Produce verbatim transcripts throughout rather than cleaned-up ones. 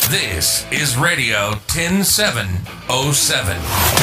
This is Radio one oh seven oh seven.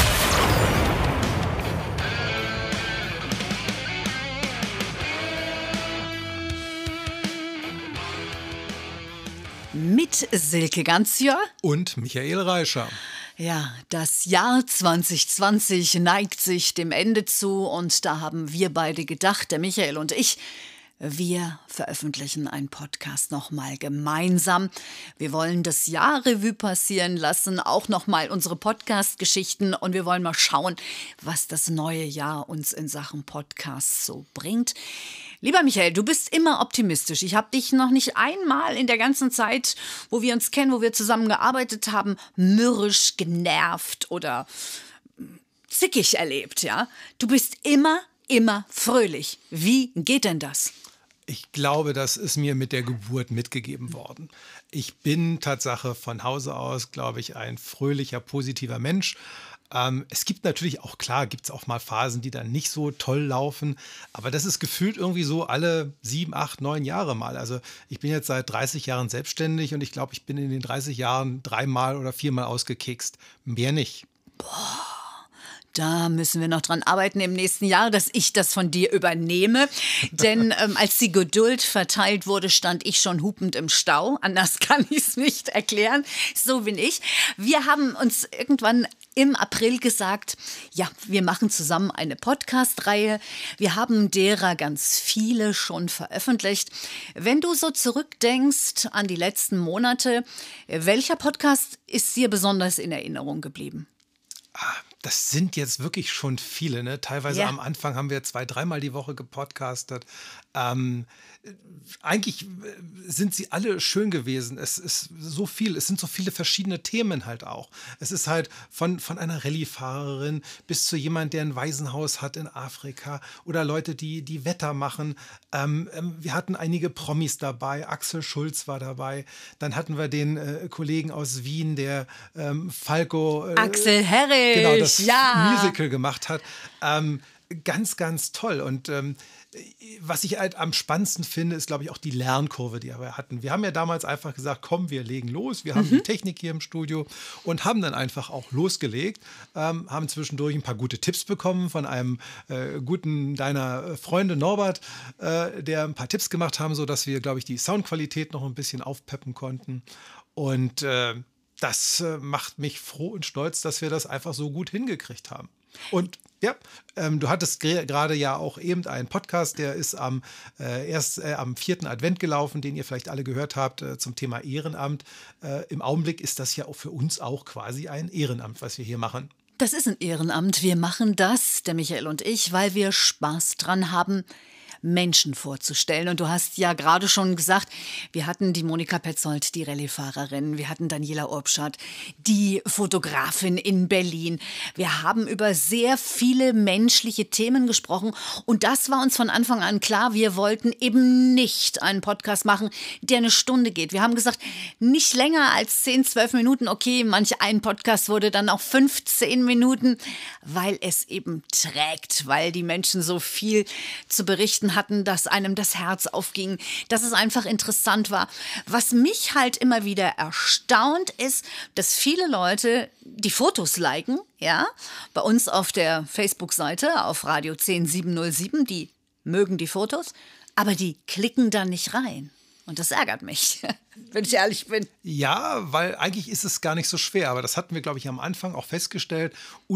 Mit Silke Ganzjör und Michael Reischer. Ja, das Jahr zwanzig zwanzig neigt sich dem Ende zu und da haben wir beide gedacht, der Michael und ich, wir veröffentlichen einen Podcast nochmal gemeinsam. Wir wollen das Jahr Revue passieren lassen, auch nochmal unsere Podcast-Geschichten und wir wollen mal schauen, was das neue Jahr uns in Sachen Podcasts so bringt. Lieber Michael, du bist immer optimistisch. Ich habe dich noch nicht einmal in der ganzen Zeit, wo wir uns kennen, wo wir zusammen gearbeitet haben, mürrisch, genervt oder zickig erlebt, ja? Du bist immer, immer fröhlich. Wie geht denn das? Ich glaube, das ist mir mit der Geburt mitgegeben worden. Ich bin Tatsache von Hause aus, glaube ich, ein fröhlicher, positiver Mensch. Ähm, es gibt natürlich auch, klar, gibt es auch mal Phasen, die dann nicht so toll laufen. Aber das ist gefühlt irgendwie so alle sieben, acht, neun Jahre mal. Also ich bin jetzt seit dreißig Jahren selbstständig und ich glaube, ich bin in den dreißig Jahren dreimal oder viermal ausgekekst. Mehr nicht. Boah. Da müssen wir noch dran arbeiten im nächsten Jahr, dass ich das von dir übernehme. Denn ähm, als die Geduld verteilt wurde, stand ich schon hupend im Stau. Anders kann ich es nicht erklären. So bin ich. Wir haben uns irgendwann im April gesagt, ja, wir machen zusammen eine Podcast-Reihe. Wir haben derer ganz viele schon veröffentlicht. Wenn du so zurückdenkst an die letzten Monate, welcher Podcast ist dir besonders in Erinnerung geblieben? Das sind jetzt wirklich schon viele, ne? Teilweise ja. Am Anfang haben wir zwei, dreimal die Woche gepodcastet. Ähm, eigentlich sind sie alle schön gewesen. Es ist so viel, es sind so viele verschiedene Themen halt auch. Es ist halt von, von einer Rallye-Fahrerin bis zu jemand, der ein Waisenhaus hat in Afrika oder Leute, die, die Wetter machen. Ähm, wir hatten einige Promis dabei, Axel Schulz war dabei. Dann hatten wir den äh, Kollegen aus Wien, der ähm, Falco äh, Axel Herrich, genau, das ja. Musical gemacht hat. Ähm, ganz, ganz toll. Und ähm, was ich halt am spannendsten finde, ist, glaube ich, auch die Lernkurve, die wir hatten. Wir haben ja damals einfach gesagt, komm, wir legen los. Wir haben mhm. die Technik hier im Studio und haben dann einfach auch losgelegt. Ähm, haben zwischendurch ein paar gute Tipps bekommen von einem äh, guten deiner Freunde Norbert, äh, der ein paar Tipps gemacht haben, sodass wir, glaube ich, die Soundqualität noch ein bisschen aufpeppen konnten. Und äh, das äh, macht mich froh und stolz, dass wir das einfach so gut hingekriegt haben. Und ja, ähm, du hattest gerade ja auch eben einen Podcast, der ist am, äh, erst äh, am vierten Advent gelaufen, den ihr vielleicht alle gehört habt, äh, zum Thema Ehrenamt. Äh, im Augenblick ist das ja auch für uns auch quasi ein Ehrenamt, was wir hier machen. Das ist ein Ehrenamt. Wir machen das, der Michael und ich, weil wir Spaß dran haben, Menschen vorzustellen. Und du hast ja gerade schon gesagt, wir hatten die Monika Petzold, die Rallye-Fahrerin, wir hatten Daniela Urbschat, die Fotografin in Berlin. Wir haben über sehr viele menschliche Themen gesprochen und das war uns von Anfang an klar, wir wollten eben nicht einen Podcast machen, der eine Stunde geht. Wir haben gesagt, nicht länger als zehn, zwölf Minuten, okay, manch ein Podcast wurde dann auch fünfzehn Minuten, weil es eben trägt, weil die Menschen so viel zu berichten hatten, dass einem das Herz aufging, dass es einfach interessant war. Was mich halt immer wieder erstaunt ist, dass viele Leute die Fotos liken, ja, bei uns auf der Facebook-Seite, auf Radio zehn sieben null sieben, die mögen die Fotos, aber die klicken da nicht rein. Und das ärgert mich, wenn ich ehrlich bin. Ja, weil eigentlich ist es gar nicht so schwer. Aber das hatten wir, glaube ich, am Anfang auch festgestellt.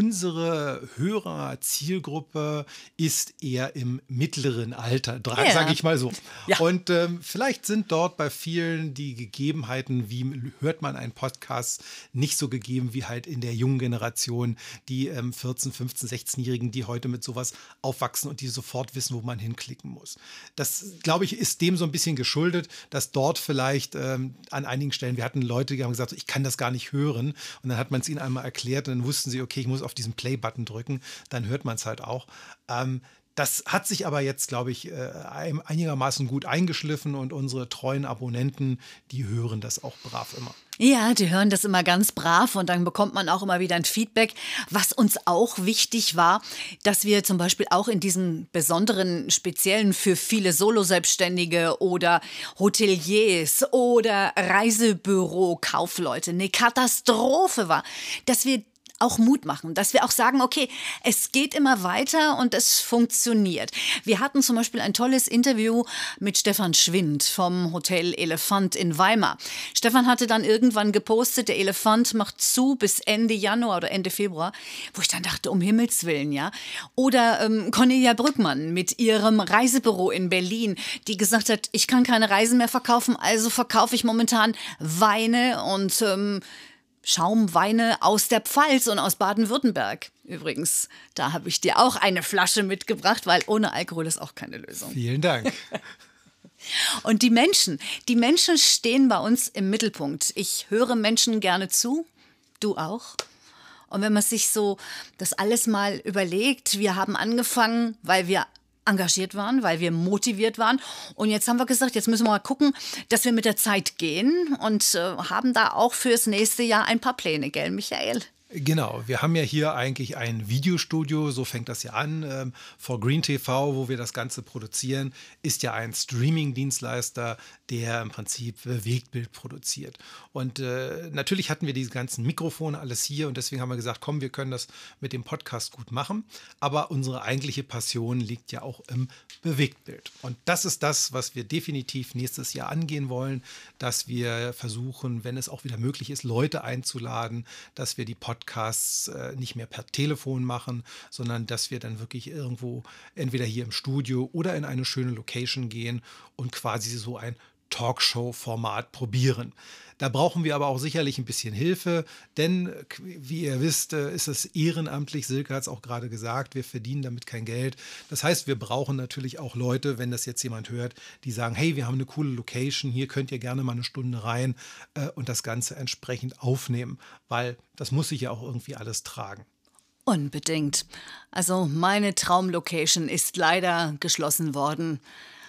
Unsere Hörer-Zielgruppe ist eher im mittleren Alter, ja. sage ich mal so. Ja. Und ähm, vielleicht sind dort bei vielen die Gegebenheiten, wie hört man einen Podcast, nicht so gegeben wie halt in der jungen Generation, die ähm, vierzehn-, fünfzehn-, sechzehnjährigen, die heute mit sowas aufwachsen und die sofort wissen, wo man hinklicken muss. Das, glaube ich, ist dem so ein bisschen geschuldet, dass dort vielleicht ähm, an einigen Stellen, wir hatten Leute, die haben gesagt, ich kann das gar nicht hören. Und dann hat man es ihnen einmal erklärt und dann wussten sie, okay, ich muss auf diesen Play-Button drücken. Dann hört man es halt auch. Ähm, Das hat sich aber jetzt, glaube ich, einigermaßen gut eingeschliffen und unsere treuen Abonnenten, die hören das auch brav immer. Ja, die hören das immer ganz brav und dann bekommt man auch immer wieder ein Feedback. Was uns auch wichtig war, dass wir zum Beispiel auch in diesem besonderen, speziellen für viele Solo-Selbstständige oder Hoteliers oder Reisebüro-Kaufleute eine Katastrophe war, dass wir auch Mut machen, dass wir auch sagen, okay, es geht immer weiter und es funktioniert. Wir hatten zum Beispiel ein tolles Interview mit Stefan Schwind vom Hotel Elefant in Weimar. Stefan hatte dann irgendwann gepostet, der Elefant macht zu bis Ende Januar oder Ende Februar, wo ich dann dachte, um Himmels Willen, ja. Oder ähm, Cornelia Brückmann mit ihrem Reisebüro in Berlin, die gesagt hat, ich kann keine Reisen mehr verkaufen, also verkaufe ich momentan Weine und ähm, Schaumweine aus der Pfalz und aus Baden-Württemberg. Übrigens, da habe ich dir auch eine Flasche mitgebracht, weil ohne Alkohol ist auch keine Lösung. Vielen Dank. Und die Menschen, die Menschen stehen bei uns im Mittelpunkt. Ich höre Menschen gerne zu, du auch. Und wenn man sich so das alles mal überlegt, wir haben angefangen, weil wir engagiert waren, weil wir motiviert waren. Und jetzt haben wir gesagt, jetzt müssen wir mal gucken, dass wir mit der Zeit gehen und äh, haben da auch fürs nächste Jahr ein paar Pläne, gell, Michael? Genau, wir haben ja hier eigentlich ein Videostudio, so fängt das ja an. Ähm, For Green T V, wo wir das Ganze produzieren, ist ja ein Streaming-Dienstleister, der im Prinzip Bewegtbild produziert. Und äh, natürlich hatten wir diese ganzen Mikrofone alles hier und deswegen haben wir gesagt, komm, wir können das mit dem Podcast gut machen. Aber unsere eigentliche Passion liegt ja auch im Bewegtbild. Und das ist das, was wir definitiv nächstes Jahr angehen wollen, dass wir versuchen, wenn es auch wieder möglich ist, Leute einzuladen, dass wir die Podcasts äh, nicht mehr per Telefon machen, sondern dass wir dann wirklich irgendwo entweder hier im Studio oder in eine schöne Location gehen und quasi so ein Talkshow-Format probieren. Da brauchen wir aber auch sicherlich ein bisschen Hilfe, denn wie ihr wisst, ist es ehrenamtlich. Silke hat es auch gerade gesagt, wir verdienen damit kein Geld. Das heißt, wir brauchen natürlich auch Leute, wenn das jetzt jemand hört, die sagen, hey, wir haben eine coole Location, hier könnt ihr gerne mal eine Stunde rein äh, und das Ganze entsprechend aufnehmen, weil das muss sich ja auch irgendwie alles tragen. Unbedingt. Also meine Traumlocation ist leider geschlossen worden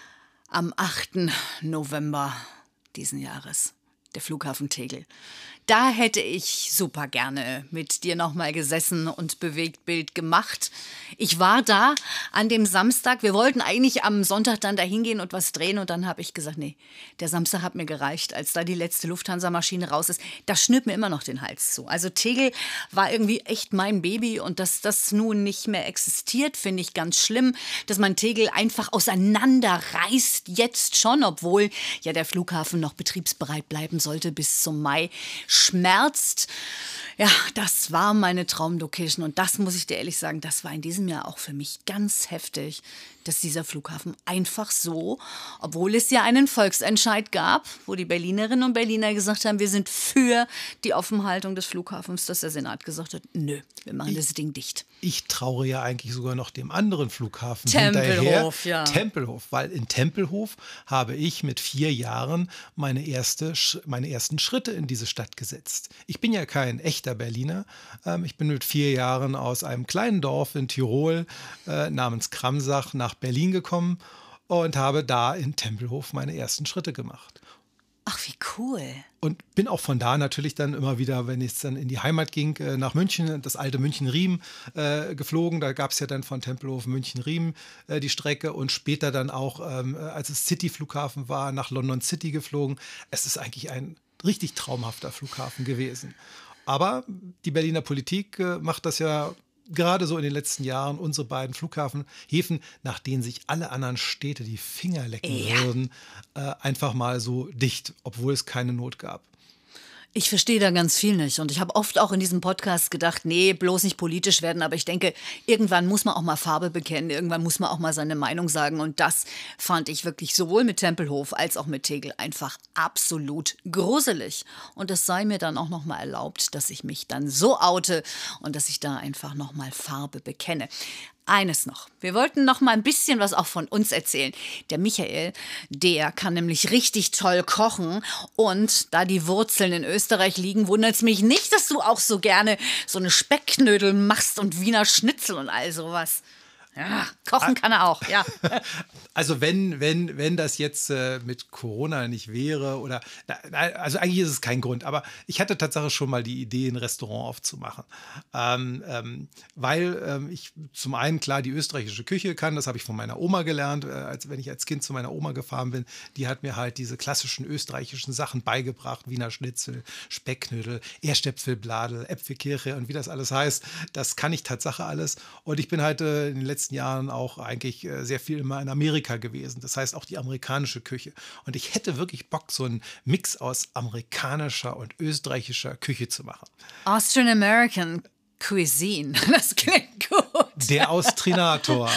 am achten November diesen Jahres. Der Flughafen Tegel. Da hätte ich super gerne mit dir nochmal gesessen und Bewegtbild gemacht. Ich war da an dem Samstag. Wir wollten eigentlich am Sonntag dann da hingehen und was drehen. Und dann habe ich gesagt, nee, der Samstag hat mir gereicht, als da die letzte Lufthansa-Maschine raus ist. Das schnürt mir immer noch den Hals zu. Also Tegel war irgendwie echt mein Baby. Und dass das nun nicht mehr existiert, finde ich ganz schlimm. Dass man Tegel einfach auseinanderreißt, jetzt schon, obwohl ja der Flughafen noch betriebsbereit bleiben sollte bis zum Mai. Schmerzt. Ja, das war meine Traumlocation und das muss ich dir ehrlich sagen, das war in diesem Jahr auch für mich ganz heftig, dass dieser Flughafen einfach so, obwohl es ja einen Volksentscheid gab, wo die Berlinerinnen und Berliner gesagt haben, wir sind für die Offenhaltung des Flughafens, dass der Senat gesagt hat, nö, wir machen das Ding dicht. Ich traue ja eigentlich sogar noch dem anderen Flughafen Tempelhof, hinterher. Ja. Tempelhof, weil in Tempelhof habe ich mit vier Jahren meine, erste, meine ersten Schritte in diese Stadt gesetzt. Ich bin ja kein echter Berliner. Ähm, ich bin mit vier Jahren aus einem kleinen Dorf in Tirol äh, namens Kramsach nach Berlin gekommen und habe da in Tempelhof meine ersten Schritte gemacht. Ach, wie cool. Und bin auch von da natürlich dann immer wieder, wenn es dann in die Heimat ging, nach München, das alte München-Riem äh, geflogen. Da gab es ja dann von Tempelhof München-Riem äh, die Strecke und später dann auch, ähm, als es City-Flughafen war, nach London City geflogen. Es ist eigentlich ein richtig traumhafter Flughafen gewesen. Aber die Berliner Politik äh, macht das ja gerade so in den letzten Jahren, unsere beiden Flughafenhäfen, nach denen sich alle anderen Städte die Finger lecken ja. würden, äh, einfach mal so dicht, obwohl es keine Not gab. Ich verstehe da ganz viel nicht und ich habe oft auch in diesem Podcast gedacht, nee, bloß nicht politisch werden, aber ich denke, irgendwann muss man auch mal Farbe bekennen, irgendwann muss man auch mal seine Meinung sagen und das fand ich wirklich sowohl mit Tempelhof als auch mit Tegel einfach absolut gruselig und es sei mir dann auch noch mal erlaubt, dass ich mich dann so oute und dass ich da einfach noch mal Farbe bekenne. Eines noch. Wir wollten noch mal ein bisschen was auch von uns erzählen. Der Michael, der kann nämlich richtig toll kochen. Und da die Wurzeln in Österreich liegen, wundert es mich nicht, dass du auch so gerne so eine Speckknödel machst und Wiener Schnitzel und all sowas. Ja, kochen kann er auch, ja. Also wenn, wenn, wenn das jetzt äh, mit Corona nicht wäre oder, na, also eigentlich ist es kein Grund, aber ich hatte tatsächlich schon mal die Idee, ein Restaurant aufzumachen. Ähm, ähm, weil ähm, ich zum einen klar die österreichische Küche kann, das habe ich von meiner Oma gelernt, äh, als wenn ich als Kind zu meiner Oma gefahren bin, die hat mir halt diese klassischen österreichischen Sachen beigebracht, Wiener Schnitzel, Speckknödel, Erstöpfelbladel, Äpfelkirche und wie das alles heißt, das kann ich Tatsache alles. Und ich bin halt äh, in den letzten Jahren auch eigentlich äh, sehr viel immer in Amerika gewesen. Das heißt auch die amerikanische Küche. Und ich hätte wirklich Bock, so einen Mix aus amerikanischer und österreichischer Küche zu machen. Austrian American Cuisine, das klingt gut. Der Austrinator.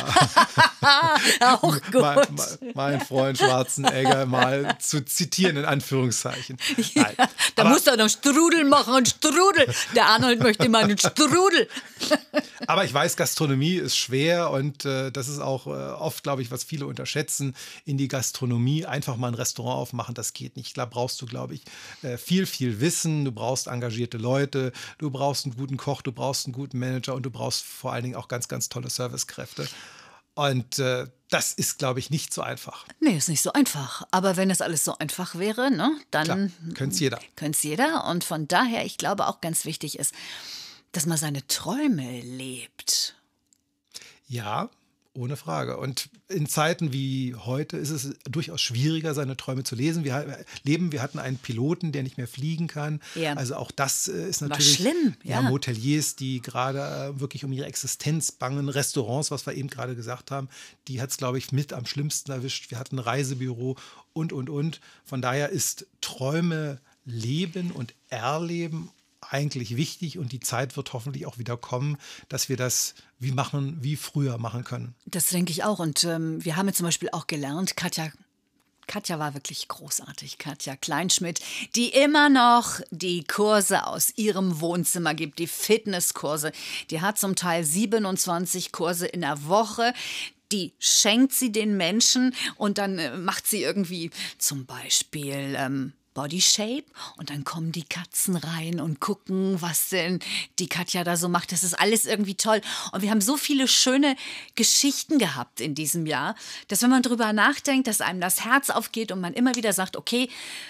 Auch gut. mein, mein, mein Freund Schwarzenegger mal zu zitieren, in Anführungszeichen. Nein. Ja, da Aber, muss er noch Strudel machen, einen Strudel. Der Arnold möchte mal einen Strudel. aber ich weiß, Gastronomie ist schwer und äh, das ist auch äh, oft, glaube ich, was viele unterschätzen, in die Gastronomie einfach mal ein Restaurant aufmachen, das geht nicht. Da brauchst du, glaube ich, äh, viel, viel Wissen, du brauchst engagierte Leute, du brauchst einen guten Koch, du brauchst einen guten Manager und du brauchst vor allen Dingen auch ganz, ganz tolle Servicekräfte. Und äh, das ist, glaube ich, nicht so einfach. Nee, ist nicht so einfach. Aber wenn es alles so einfach wäre, ne, dann könnte es jeder. Könnte es jeder. Und von daher, ich glaube, auch ganz wichtig ist, dass man seine Träume lebt. Ja, ohne Frage. Und in Zeiten wie heute ist es durchaus schwieriger, seine Träume zu lesen. Wir leben, wir hatten einen Piloten, der nicht mehr fliegen kann. Ja. Also auch das äh, ist War natürlich schlimm, ja. ja, Moteliers, die gerade äh, wirklich um ihre Existenz bangen. Restaurants, was wir eben gerade gesagt haben, die hat es, glaube ich, mit am schlimmsten erwischt. Wir hatten ein Reisebüro und, und, und. Von daher ist Träume leben und erleben eigentlich wichtig und die Zeit wird hoffentlich auch wieder kommen, dass wir das wie machen, wie früher machen können. Das denke ich auch. Und ähm, wir haben jetzt zum Beispiel auch gelernt, Katja, Katja war wirklich großartig, Katja Kleinschmidt, die immer noch die Kurse aus ihrem Wohnzimmer gibt, die Fitnesskurse. Die hat zum Teil siebenundzwanzig Kurse in der Woche. Die schenkt sie den Menschen und dann äh, macht sie irgendwie zum Beispiel Ähm, Body Shape und dann kommen die Katzen rein und gucken, was denn die Katja da so macht. Das ist alles irgendwie toll. Und wir haben so viele schöne Geschichten gehabt in diesem Jahr, dass wenn man drüber nachdenkt, dass einem das Herz aufgeht und man immer wieder sagt, okay,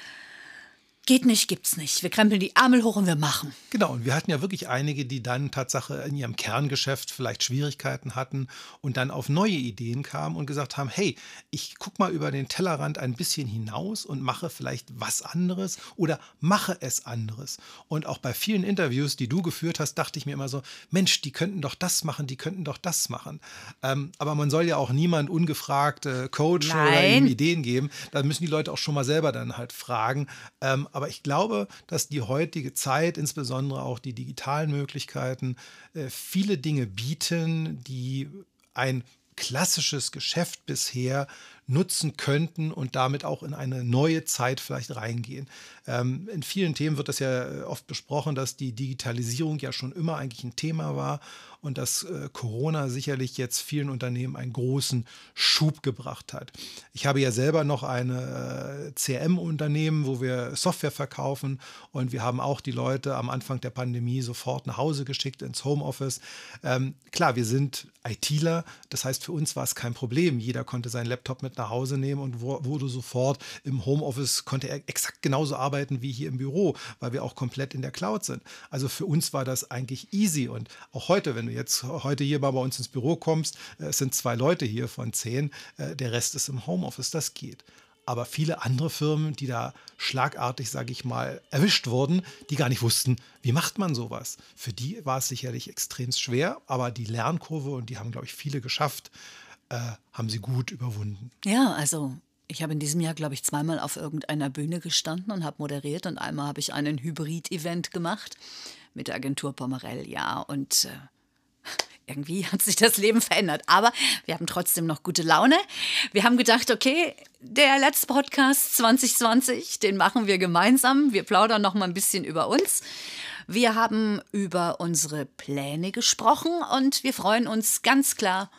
geht nicht, gibt's nicht. Wir krempeln die Ärmel hoch und wir machen. Genau, und wir hatten ja wirklich einige, die dann Tatsache in ihrem Kerngeschäft vielleicht Schwierigkeiten hatten und dann auf neue Ideen kamen und gesagt haben, hey, ich guck mal über den Tellerrand ein bisschen hinaus und mache vielleicht was anderes oder mache es anderes. Und auch bei vielen Interviews, die du geführt hast, dachte ich mir immer so, Mensch, die könnten doch das machen, die könnten doch das machen. Ähm, aber man soll ja auch niemand ungefragt äh, coachen Nein. oder ihm Ideen geben. Da müssen die Leute auch schon mal selber dann halt fragen. Ähm, aber ich glaube, dass die heutige Zeit, insbesondere auch die digitalen Möglichkeiten, äh, viele Dinge bieten, die ein klassisches Geschäft bisher nutzen könnten und damit auch in eine neue Zeit vielleicht reingehen. Ähm, in vielen Themen wird das ja oft besprochen, dass die Digitalisierung ja schon immer eigentlich ein Thema war und dass äh, Corona sicherlich jetzt vielen Unternehmen einen großen Schub gebracht hat. Ich habe ja selber noch eine äh, C R M-Unternehmen, wo wir Software verkaufen und wir haben auch die Leute am Anfang der Pandemie sofort nach Hause geschickt ins Homeoffice. Ähm, klar, wir sind ITler, das heißt für uns war es kein Problem. Jeder konnte seinen Laptop mit nach Hause nehmen und wurde sofort im Homeoffice, konnte er exakt genauso arbeiten wie hier im Büro, weil wir auch komplett in der Cloud sind. Also für uns war das eigentlich easy und auch heute, wenn du jetzt heute hier mal bei uns ins Büro kommst, es sind zwei Leute hier von zehn, der Rest ist im Homeoffice, das geht. Aber viele andere Firmen, die da schlagartig, sage ich mal, erwischt wurden, die gar nicht wussten, wie macht man sowas. Für die war es sicherlich extrem schwer, aber die Lernkurve, und die haben, glaube ich, viele geschafft, äh, haben sie gut überwunden. Ja, also ich habe in diesem Jahr, glaube ich, zweimal auf irgendeiner Bühne gestanden und habe moderiert und einmal habe ich einen Hybrid-Event gemacht mit der Agentur Pomerell, ja, und äh, irgendwie hat sich das Leben verändert. Aber wir haben trotzdem noch gute Laune. Wir haben gedacht, okay, der letzte Podcast zwanzig zwanzig, den machen wir gemeinsam. Wir plaudern noch mal ein bisschen über uns. Wir haben über unsere Pläne gesprochen und wir freuen uns ganz klar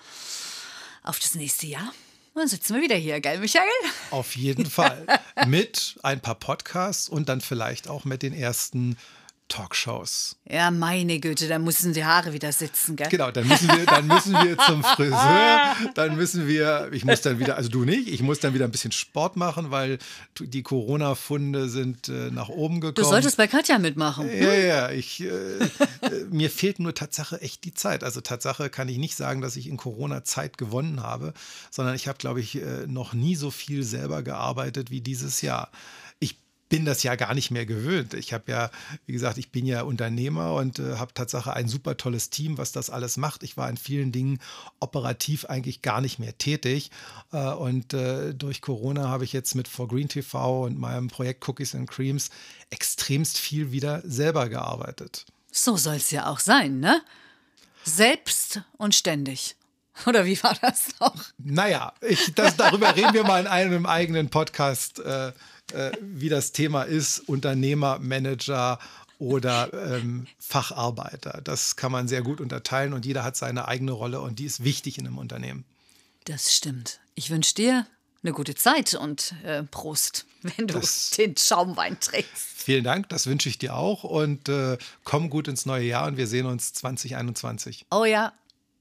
auf das nächste Jahr. Dann sitzen wir wieder hier, gell, Michael? Auf jeden Fall. Mit ein paar Podcasts und dann vielleicht auch mit den ersten Talkshows. Ja, meine Güte, da müssen die Haare wieder sitzen, gell? Genau, dann müssen wir, dann müssen wir zum Friseur, dann müssen wir, ich muss dann wieder, also du nicht, ich muss dann wieder ein bisschen Sport machen, weil die Corona-Funde sind äh, nach oben gekommen. Du solltest bei Katja mitmachen. Ja, ja, ich, äh, äh, mir fehlt nur Tatsache echt die Zeit. Also Tatsache kann ich nicht sagen, dass ich in Corona Zeit gewonnen habe, sondern ich habe, glaube ich, äh, noch nie so viel selber gearbeitet wie dieses Jahr. Ich bin das ja gar nicht mehr gewöhnt. Ich habe ja, wie gesagt, ich bin ja Unternehmer und äh, habe Tatsache ein super tolles Team, was das alles macht. Ich war in vielen Dingen operativ eigentlich gar nicht mehr tätig. Äh, und äh, durch Corona habe ich jetzt mit For Green T V und meinem Projekt Cookies and Creams extremst viel wieder selber gearbeitet. So soll es ja auch sein, ne? Selbst und ständig. Oder wie war das noch? Naja, ich, das, darüber reden wir mal in einem eigenen Podcast, äh, äh, wie das Thema ist, Unternehmer, Manager oder ähm, Facharbeiter. Das kann man sehr gut unterteilen und jeder hat seine eigene Rolle und die ist wichtig in einem Unternehmen. Das stimmt. Ich wünsche dir eine gute Zeit und äh, Prost, wenn du das, den Schaumwein trinkst. Vielen Dank, das wünsche ich dir auch und äh, komm gut ins neue Jahr und wir sehen uns zwanzig einundzwanzig. Oh ja.